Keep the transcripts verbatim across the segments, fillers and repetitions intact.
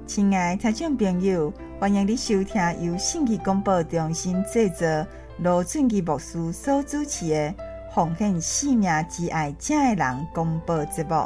亲爱的听众朋友，欢迎你收听由信息广播中心制作、罗俊基牧师所主持的《奉献生命之爱正的人》广播节目。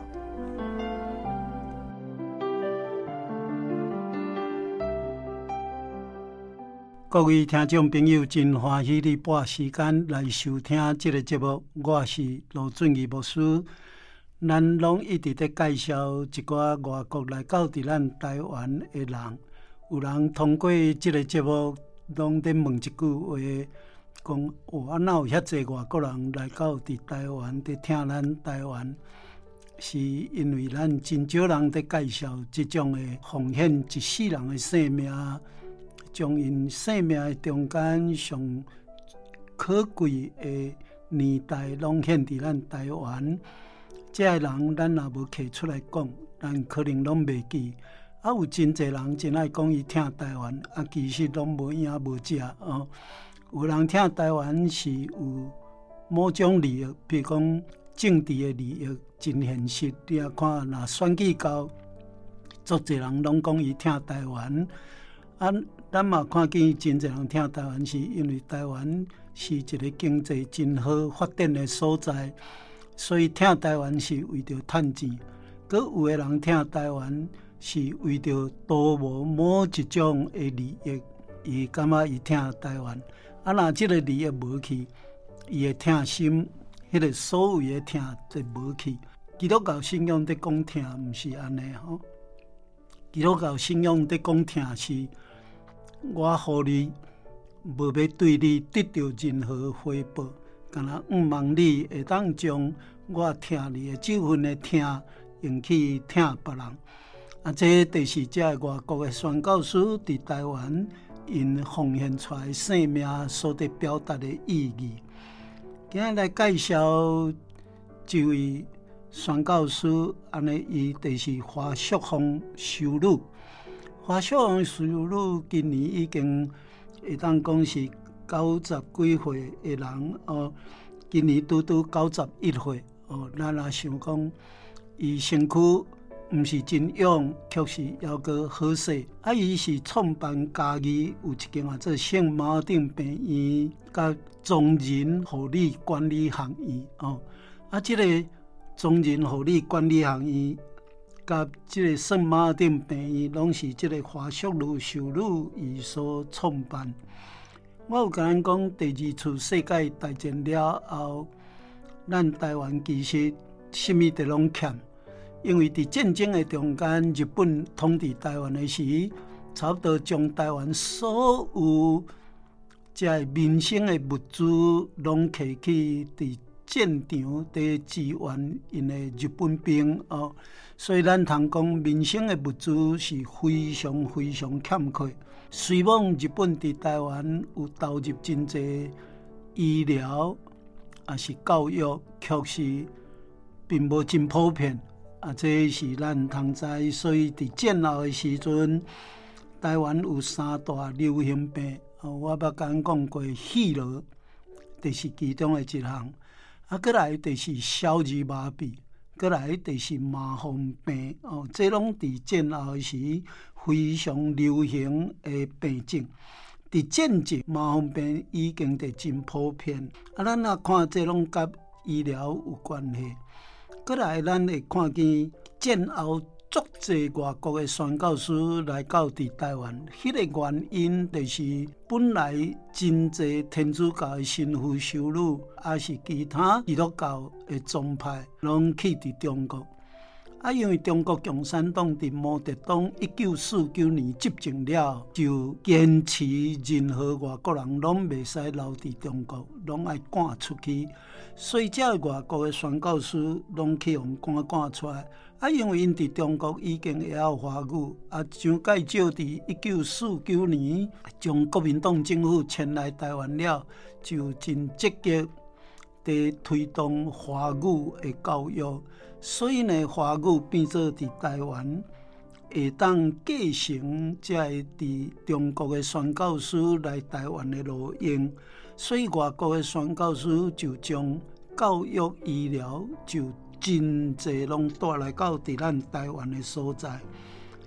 各位听众朋友，真欢喜你拨时间来收听这个节目。我是罗俊基牧师。咱拢一直在介绍一寡外国来到伫咱台湾的人，有人通过这个节目，拢在问一句话，讲哦，啊，哪有遐济外国人来到伫台湾，在听咱台湾，是因为咱真少人在介绍这种的奉献一世人的生命，将因生命的中间上可贵的年代，拢献伫咱台湾。这个人，咱若无摕出来讲，咱可能拢袂记。啊，有真侪人真爱讲伊听台湾，啊，其实拢无影无迹哦。有人听台湾是有某种利益，比如讲政治的利益真现实。你啊看，若选举到，足侪人拢讲伊听台湾。啊，咱嘛看见真侪人听台湾，是因为台湾是一个经济真好发展的所在。所以听台湾是为着趁钱，佮有的人听台湾是为着多无某一种的利益，伊感觉伊听台湾。啊，若即个利益无去，伊会听心，迄、那个所谓的听就无去。基督教信仰在讲听，毋是安尼吼。基督教信仰在讲听是，我互你，无要对你得到任何回报。敢若毋望你会当将我听你的这份的听用去听别人，啊，这就是这外国的宣教师伫台湾因奉献出来生命所得表达的意义。今日来介绍一位宣教师，安尼伊就是华淑芳修女。华淑芳修女今年已经会当讲是九十几岁的人哦，今年拄拄九十一岁哦。咱若想讲，伊身躯毋是真勇，确实还阁好势。啊，伊是创办家己有一间啊做圣马丁病院，甲宗人护理管理学院哦。啊，即、这个宗人护理管理学院，甲即个圣马丁病院，拢是即个华淑女修女伊所创办。我有甲咱讲，第二次世界大战了后，咱台湾其实什么都拢欠，因为伫战争的中间，日本统治台湾的时，差不多将台湾所有这民生的物资拢摕去伫战场伫支援因的日本兵哦，所以咱通讲民生的物资是非常非常欠缺。虽望日本伫台湾有投入真济医疗，也是教育，确实并无真普遍。啊，这是咱通知。所以伫战后的时阵，台湾有三大流行病，哦，我捌甲讲过，肺癆就是其中的一项。啊，过来就是小儿麻痹，过来就是麻风病。哦，这拢伫战后时非常流行的病症。伫战前麻风病已经得真普遍。啊，咱若看这拢甲医疗有关系。过来，咱会看见战后足济外国的宣教师来到伫台湾，迄、那个原因就是本来真济天主教的神父修女，也是其他基督教的宗派，拢去伫中国。啊，因为中国共产党伫毛泽东一九四九年执政了，就坚持任何外国人拢袂使留伫中国，拢爱赶出去。所以，这外国的宣教师拢去互赶赶出来。啊，因为因伫中国已经会晓华语，啊，像介少伫一九四九年将国民党政府迁来台湾了，就真积极地推动华语的教育。所以呢，华语变做伫台湾会当继承这伫中国的宣教师来台湾的路用。所以外国的宣教师就将教育、医疗就真济拢带来到伫咱台湾的所在。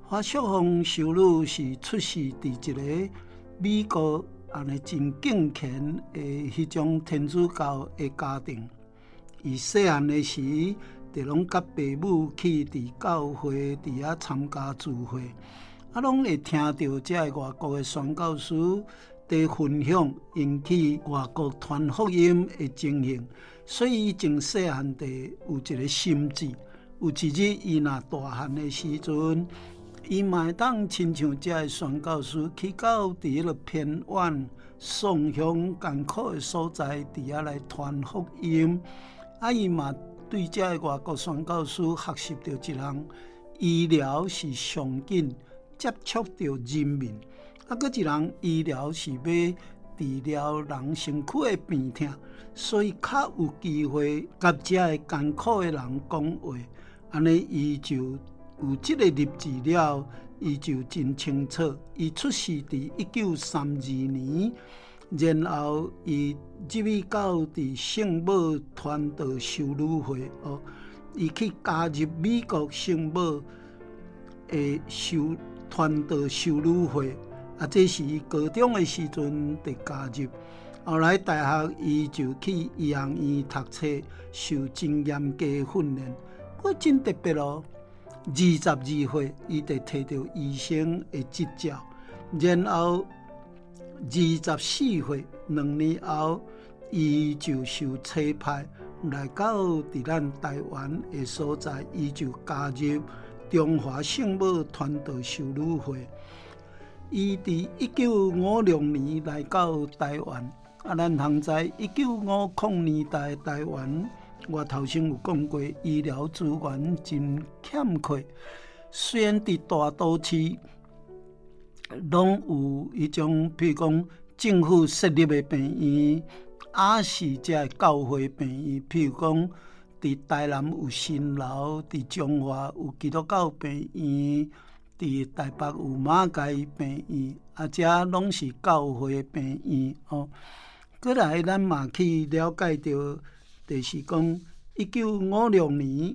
华硕凤修女是出世伫一个美国安尼真敬虔的迄种天主教的家庭。伊细汉的时，就拢甲爸母去伫教会伫遐参加聚会，啊，拢会听到这外国的宣教师伫分享引起外国传福音的情形，所以伊从细汉就有一个心志。有一日，伊若大汉的时阵，伊嘛会当亲像这个宣教师去到伫迄个偏远、宋乡艰苦的所在，伫遐来传福音。啊，伊嘛对这个外国宣教师学习到一项医疗是上紧接触到人民，啊，搁一项医疗是要治疗人身躯的病痛，所以较有机会甲这个艰苦的人讲话。安尼，伊就有这个立志了，伊就真清楚。伊出世伫一九三二年，然后伊入去到伫圣母传道修女会哦，伊去加入美国圣母的修传道修女会啊，这是伊高中的时阵就加入。后来大学伊就去医学院读册，受真严格的训练。不过真特别咯，二十二岁伊就摕到医生的执照，然后二十四岁两年后，伊就受差派来到伫咱台湾的所在，伊就加入中华圣母传道修女会。伊伫一九五六年来到台湾，啊，咱通知一九五零年代台湾。我头先有讲过，医疗资源真欠缺。虽然伫大都市，拢有迄种，譬如讲政府设立的病院，也是这教会病院。譬如讲，伫台南有新楼，伫中华有基督教病院，伫台北有马偕病院，啊，这拢是教会病院哦。过来，咱嘛去了解到。就是讲，一九五六年，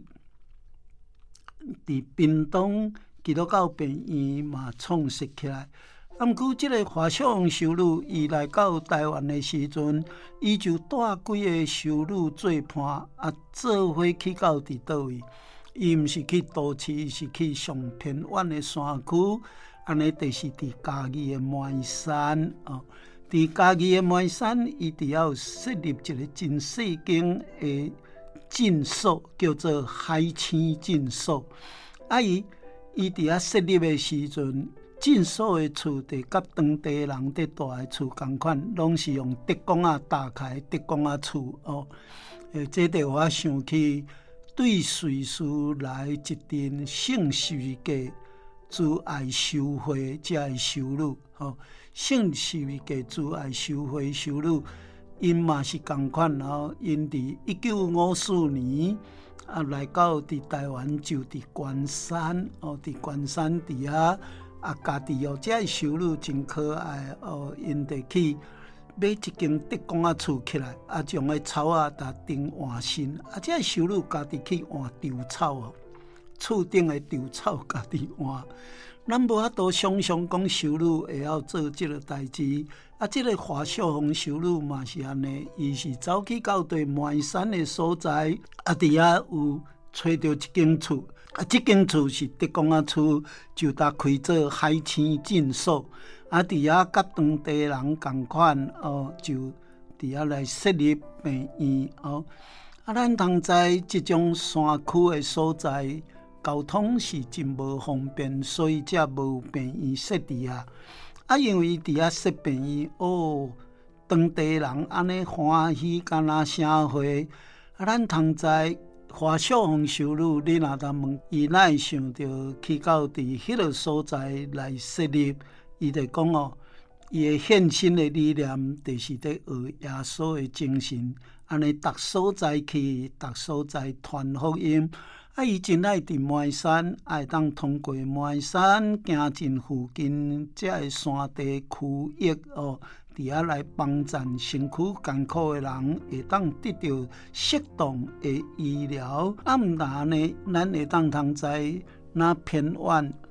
伫屏东基督教病院嘛创设起来。啊，毋过即个华硕凤修女，伊来到台湾的时阵，伊就带几个修女做伴，啊，做伙去到伫倒位。伊毋是去都市，是去上偏远的山区，安尼就是伫嘉义的梅山哦。伫嘉义的梅山，伊伫遐有设立一个真细间的诊所，叫做海青诊所。啊，伊伊伫遐设立的时阵，诊所的厝地甲当地人伫住的厝同款，拢是用竹管啊搭开竹管啊厝哦。诶，这着我想起对瑞士来一阵圣十字架主爱修会这的修女吼。圣十字架主爱修会修女，因嘛是同款哦。因伫一九五四年啊来到伫台湾，就伫关山哦，伫关山伫遐啊，家己哦，这修女真可爱哦。因得去买一间竹管仔厝起来，啊，将个草啊搭顶换新，啊，这修女家己去换稻草哦，厝顶的稻草家己换。咱无法度想象讲修女会晓做即个代志，啊！即、这个华硕凤修女嘛是安尼，伊是走去到对梅山的所在，啊，伫遐有找到一间厝，啊，即间厝是竹管仔厝，就搭开做海青诊所，啊，伫遐甲当地人共款哦，就伫遐来设立病院哦，啊，咱通知即种山区的所在。交通是真无方便，所以才无病院设伫遐。啊，因为伫遐设病院，哦，当地人安尼欢喜，敢若社会。啊，咱通知华硕凤修女，你若当问，伊哪会想到去到伫迄个所在来设立？伊就讲哦，伊的献身的理念，就是伫学耶稣的精神，安尼逐所在去，逐所在传福音。啊！伊真爱伫梅山，爱当通过梅山，行进附近这个山地区域哦，伫遐来帮助身躯艰苦的人，会当得到适当的医疗。啊，毋但呢，咱会当通知那偏远，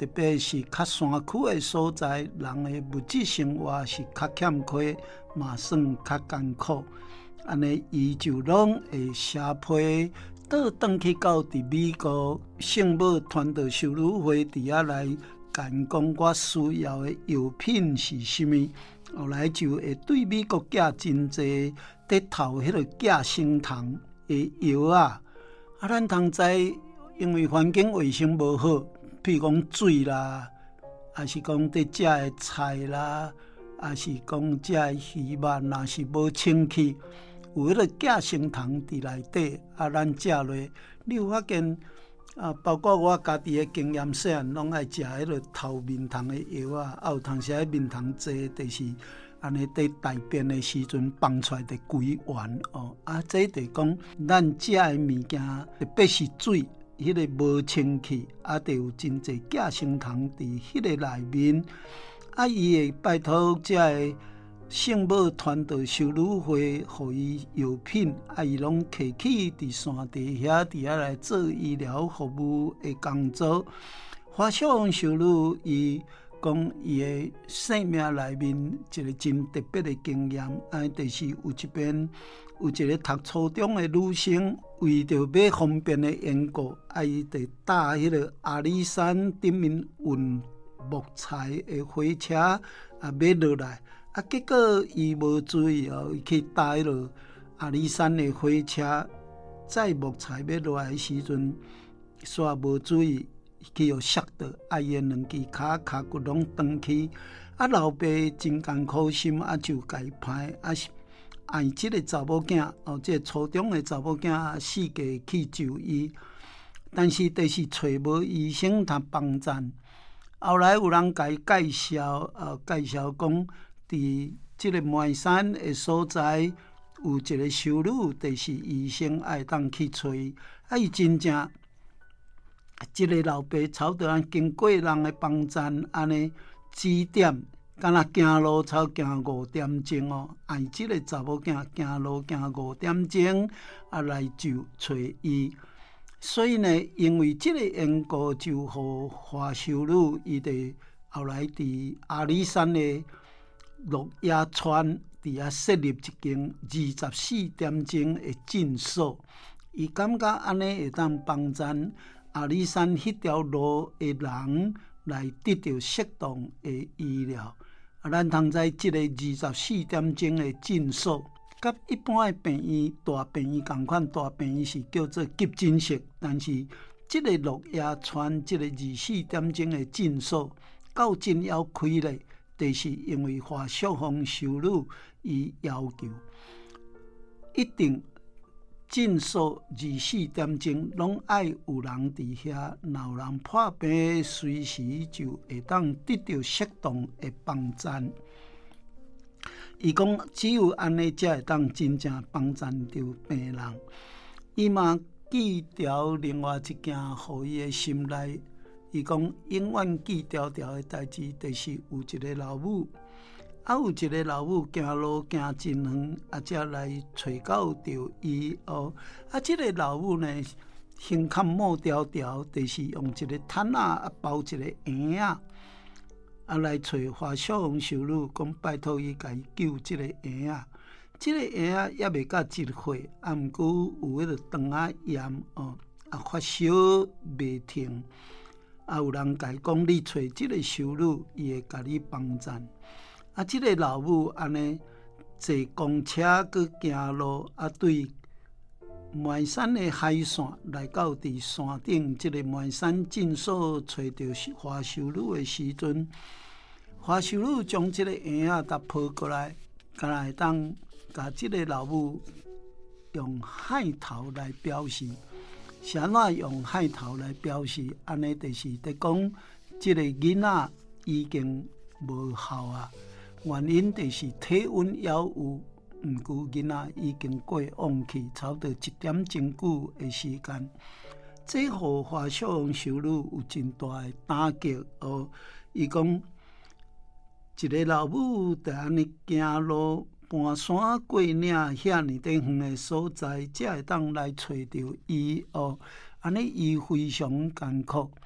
特别是较山区的所在，人的物质生活是较欠缺，嘛算较艰苦。安尼，伊就拢会写批倒转去到伫美国圣母传道修女会伫遐来讲讲我需要的药品是啥物，后来就会对美国寄真济得头迄个寄生虫的药啊。啊，咱通知，因为环境卫生无好，譬如讲水啦，还是讲伫食的菜啦，还是讲食的鱼肉，若是无清气，有迄个寄生虫伫内底，啊，咱食落，你有发现啊？包括我家己的经验，细汉拢爱食迄个头面虫的药啊，啊，有当时迄面虫济，就是安尼伫大便的时阵放出来的规丸哦，啊，这就是讲咱食的物件，特别是水，迄、那个无清气，啊，就有真济寄生虫伫迄个内面，啊，伊会拜托这个圣母传道修女会，互伊药品，啊，伊拢客去伫山地遐，伫遐来做医疗服务的工作。花小红修女伊讲伊的生命内面一个真特别的经验，啊，就是有一边有一个读初中的女生，为着要方便的缘故，啊，伊得搭迄个阿里山顶面运木材的火车，啊，要落来。啊，结果伊无注意哦，伊去搭迄落阿里山的火车，载木材要落来的时阵，煞无注意，去互摔到，啊，伊的两支骹骹骨拢断去。啊，老爸真艰苦心，啊，就家歹，啊，爱即个查某囝，哦，即、这个初中的查某囝，四下去就医，但是就是找无医生通帮衬。后来有人甲伊介绍，呃，介绍讲。伫即个梅山的所在，有一个修女，就是医生爱当去找伊。啊，伊真正，即、这个老爸草着安经过人的帮衬，安尼指点，敢若行路草行五点钟哦。爱即个查某囝行路行五点钟，啊来就找伊。所以呢，因为即个缘故，就互花修女伊伫后来伫阿里山的。鹿野川伫遐设立一间二十四点钟的诊所，伊感觉安尼会当帮衬阿里山迄条路的人来得到适当的医疗。啊，咱通知即个二十四点钟的诊所，甲一般的病院、大病院同款，大病院是叫做急诊室，但是即个鹿野川即个二十四点钟的诊所，到真要开咧。就是因为花小红修女伊要求，一定诊所二十四点钟拢爱有人伫遐，若有人破病，随时就会当得到适当的帮衬。伊讲只有安尼才会当真正帮衬到病人。伊嘛记条另外一件，互伊的心内。伊讲永远记条条的代志，就是有一个老母，啊有一个老母行路行真远，啊才来找到着伊哦。啊，即、这个老母呢，胸坎某条条，就是用一个毯啊包一个婴仔，啊来找花小红修女，讲拜托伊甲伊救即个婴仔。即、这个婴仔也未到一岁，啊，毋过有迄个肠仔炎哦，啊发烧袂停。啊，有人甲伊讲，你找即个修女，伊会甲你帮衬。啊，即、这个老母安尼坐公车去行路，啊，对梅山的海线来到伫山顶，即、这个梅山诊所找到花修女的时阵，花修女将即个婴仔搭抱过来，敢若会当甲即个老母用海头来表示。是安怎用海头来表示？安尼就是伫讲，即个囡仔已经无效啊。原因就是体温还有，毋过囡仔已经过往去，差不多一点真久的时间。这互花小红修女有真大的打击哦。伊讲，一个老母在安尼行路。盘山过岭遐尼地远的所在，才会当来找到伊哦。安尼伊非常艰苦，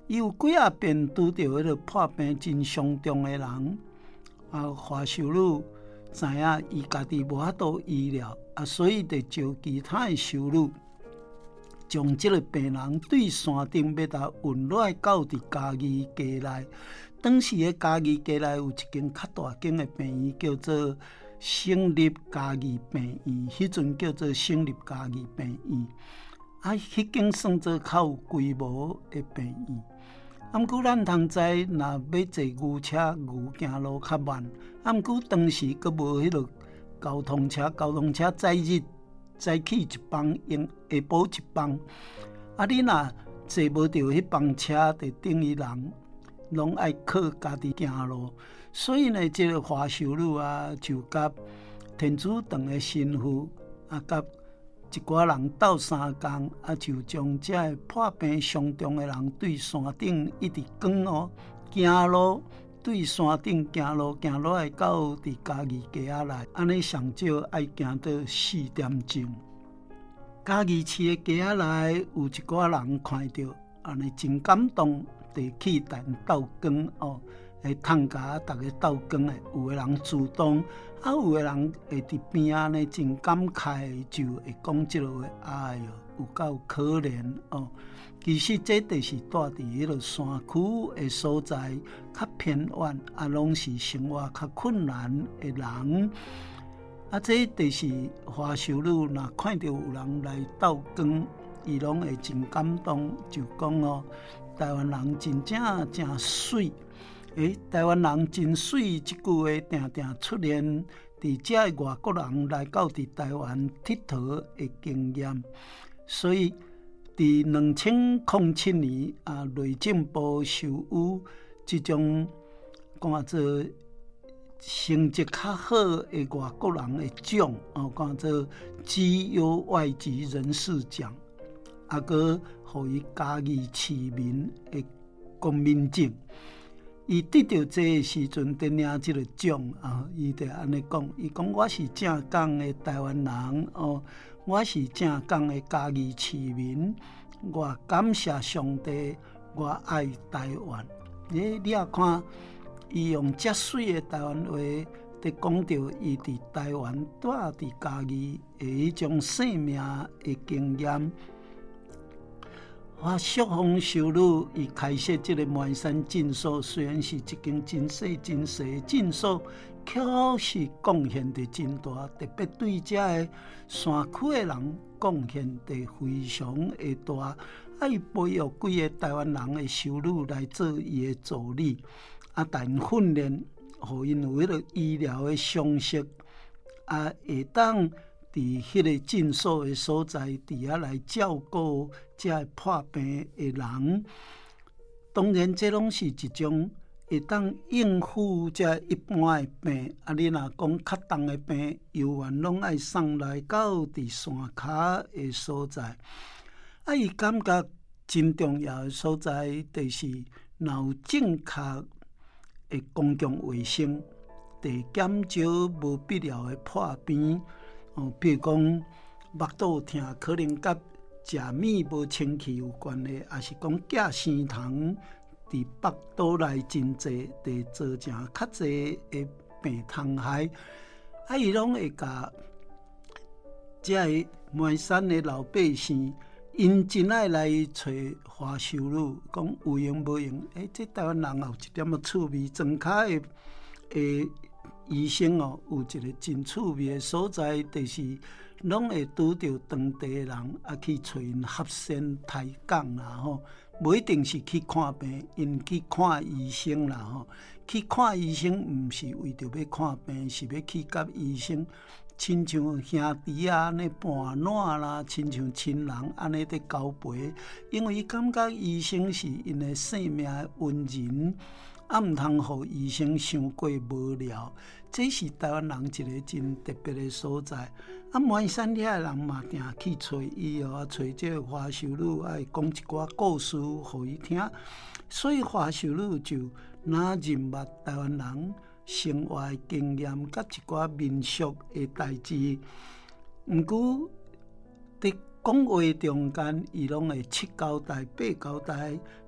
伊有几啊遍拄到迄个破病真伤重的人，啊，华修女知影伊家己无法度医疗，啊，所以就招其他的修女，将即个病人对山顶要甲运落来到伫嘉义街内。当时的嘉义街内有一间较大间的病院，叫做省立嘉义病院，迄阵叫做省立嘉义病院。啊，迄间算做较有规模的病院。啊，毋过咱通知，若要坐牛车，牛行路较慢。啊，毋过当时阁无迄落交通车，交通车早日早起一班，用下晡一班。啊，你若坐无到迄班车，就等于人拢爱靠家己行路。所以呢，即个华修女啊，就甲天主堂的神父啊，甲一寡人斗相共，啊，就将这个破病伤重的人对山顶一直赶哦，行路对山顶行路，行落来到伫嘉义街仔内，安尼上少爱行到四点钟。嘉义市的街仔内有一寡人看到，安尼真感动，就去但斗光哦。会趁甲大家斗光的，有的人主动，啊，有的人会伫边仔呢，真感慨，就会讲即落话，哎哟，有够可怜哦。其实这就是住伫迄落山区的所在，较偏远，啊，拢是生活较困难的人。啊，这就是华修女若看到有人来斗光，伊拢会真感动，就讲哦，台湾人真正真水。诶，台湾人真水，即句话定定出现伫遮的外国人来到伫台湾佚佗的经验。所以，伫两千零七年啊，内政部授予即种讲做成绩较好的外国人的奖，哦，讲做绩优外籍人士奖，啊，佮互伊嘉义市民的公民证。伊得到这个时阵，得领这个奖啊！伊就安尼讲，伊讲我是正港的台湾人哦，我是正港的嘉义市民，我感谢上帝，我爱台湾。你你也看，伊用遮水的台湾话，在讲到伊伫台湾住伫嘉义的迄种生命的经验。我淑芳修女伊开设这个满山诊所，虽然是一间真细真细的诊所，却是贡献的真大，特别对这个山区的人贡献的非常的大。啊，伊培育几个台湾人的修女来做伊的助理，啊，但训练，互因有迄个医疗的常识，啊，会当伫迄个诊所的所在，伫遐来照顾这破病的人。当然，这拢是一种会当应付这一般的病。啊，你若讲较重的病，由员拢爱送来到伫山骹的所在。啊，伊感觉真重要的所在，就是若有正确的公共卫生，得减少无必要的破病。哦，比如讲腹肚痛，可能甲食物无清气有关系，也是讲寄生虫伫腹肚内真济，得造成较济的病虫害。啊，伊拢会甲这个满山的老百姓，因真爱来找华修女，讲有用无用？诶、欸，这台湾人有一点仔趣味，庄脚的诶。医生哦，有一个真趣味的所在，就是拢会拄到当地的人，啊去找因合善抬杠啦吼，无一定是去看病，因去看医生啦吼。去看医生，毋是为着要看病，是要去甲医生，亲像兄弟啊，安尼伴暖啦，亲像亲人安尼在交陪，因为伊感觉医生是因的生命的恩人。啊，毋通互医生伤过无聊，这是台湾人一个真特别的所在。啊，满山遐的人嘛，定去找伊哦，找这个华修女，爱讲一寡故事互伊听。所以华修女就拿认捌台湾人生活的经验，甲一寡民俗的代志。毋过伫讲话中间，伊拢会七交代、八交代。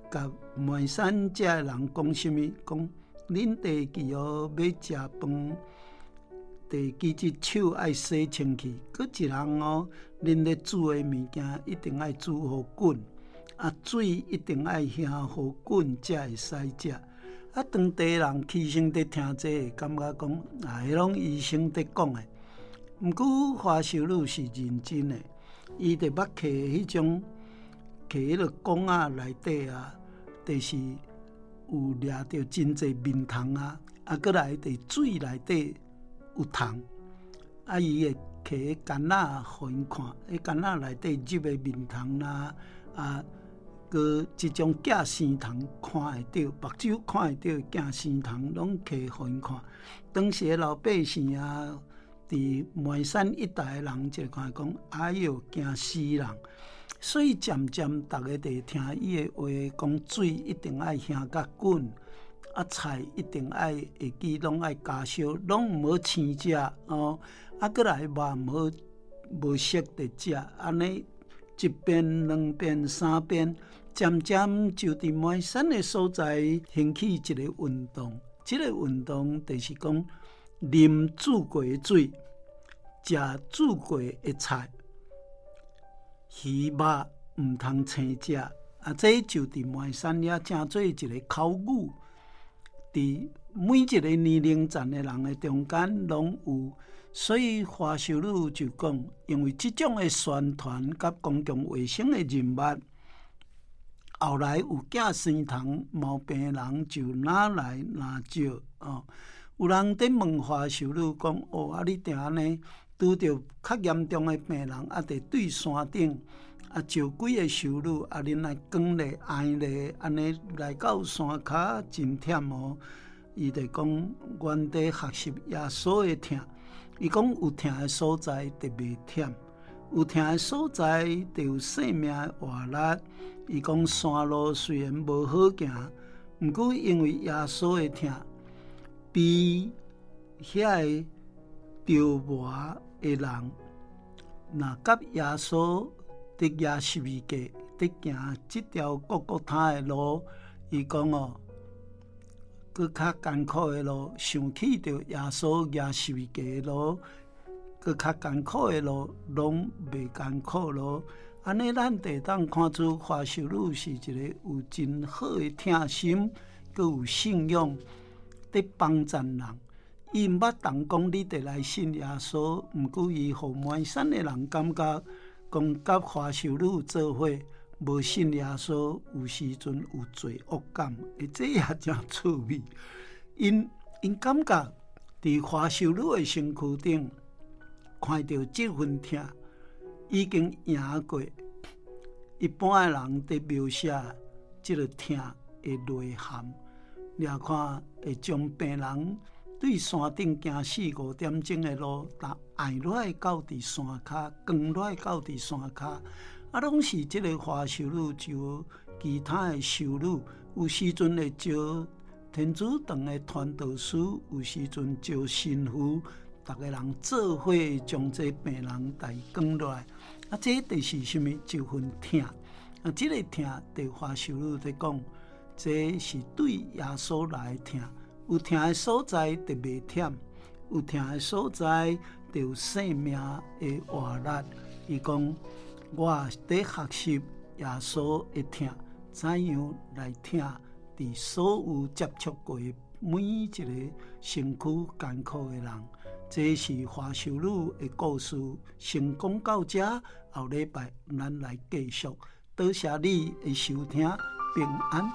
甲梅山遮的人讲什么？讲恁地基哦，要食饭，地基只手爱洗清气。佮一人哦，恁咧煮的物件一定爱煮好滚，啊水一定爱烘好滚，才会使食。啊，当地人起身伫听这个，感觉讲啊，迄拢医生伫讲的。毋过花秀女是认真的，伊伫捌摕迄种摕迄个缸啊内底啊，就是有掠着真侪面虫啊，啊，搁来伫水内底有虫，啊，伊会摕迄干仔互因看，迄干仔内底入的面虫啦，啊。佮即种假生虫看会到，目睭看会到假生虫，拢摕互因看。当时老百姓啊，伫梅山一带的人就看讲，哎哟，惊死人。所以渐渐大家就听伊的话，讲水一定爱烘甲滚，啊菜一定爱会记拢爱加烧，拢毋好生食哦。啊，佮来肉无无熟的食，安尼一遍、两遍、三遍。渐渐就伫梅山的所在兴起一个运动，这个运动就是讲啉煮过的水，食煮过的菜，鱼肉唔通生食。啊，这就伫梅山也正做一个口语，伫每一个年龄层的人的中间拢有。所以花秀女就讲，因为这种的宣传甲公共卫生的任务。后来有假生虫毛病的人就哪来哪少哦。有人伫问花秀女讲：哦，啊，你定安尼拄着较严重的病人，啊，得对山顶啊，招几个修女啊，恁来讲咧、爱咧，安尼来到山骹真忝哦。伊就讲，原地学习耶稣的疼。伊讲有疼的所在特别忝。有疼的所在，就有生命的活力。伊讲山路虽然无好行，毋过因为耶稣的疼，比遐个着磨的人，若甲耶稣伫亚十字架伫行即条各各他的路，伊讲哦，佫较艰苦的路，想起着耶稣亚十字架的路。佫较艰苦的路，拢袂艰苦咯。安尼，咱就当看出花秀女是一个有真好的疼心，佫有信仰，伫帮助人。伊毋捌当讲你得来信耶稣，毋过伊互梅山的人感觉，讲甲花秀女做伙，无信耶稣，有时阵有罪恶感，而这也真趣味。因因感觉伫花秀女的身躯顶。看到这份疼，已经赢过一般的人在描写这个疼的内涵。你看，会将病人对山顶行四五点钟的路，但挨落来到伫山骹，降落来到伫山骹，啊，拢是这个花秀女就其他的修女，有时阵会招天主堂的传道师，有时阵招神父。逐个人做伙将这病人带降落来，啊，这就是什么？一份疼。啊，这个疼，对花秀女在讲，这是对耶稣来的疼。有疼的所在就袂忝，有疼的所在就有生命的活力。伊讲，我在学习耶稣的疼，怎样来疼？伫所有接触过每一个身躯艰苦的人。这是花秀女的故事，成功到这，后礼拜咱来继续。多谢你的收听，平安。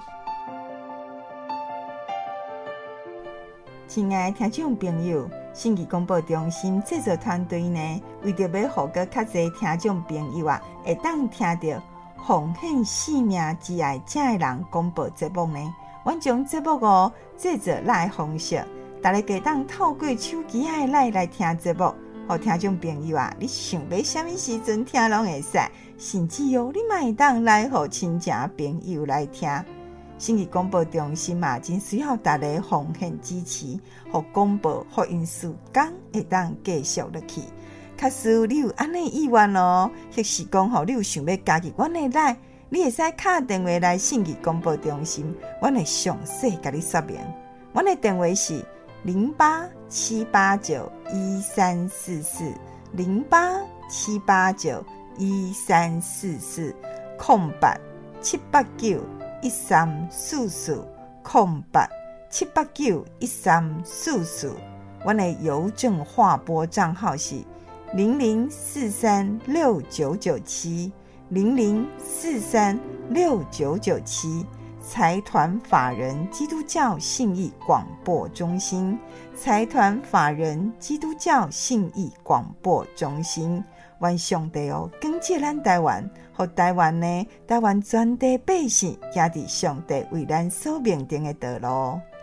亲爱的听众朋友，信息广播中心制作团队呢，为着要互个较侪听众朋友啊，会当听到奉献性命之爱这的人广播节目呢，阮将节目哦制作来方式。大家可当透过手机的来来听节目，互听众朋友啊，你想要什么时阵听拢会使，甚至哦，你嘛会当来互亲戚朋友来听。信息广播中心嘛，真需要大家奉献支持，互广播福音事工会当继续落去。假使你有安尼意愿哦，或是讲吼，你有想要加入阮的来， 你会使打电话来信息广播中心，阮会详细甲你说明。阮的电话是零八七八九一三四四零八七八九一三四四空八七八九一三四四空八七八九一三四四。阮的邮政划拨账号是零零四三六九九七零零四三六九九七。财团法人基督教信义广播中心，财团法人基督教信义广播中心。愿上帝哦，感谢咱台湾，和台湾呢，台湾全体百姓行伫上帝为咱所命定的道路。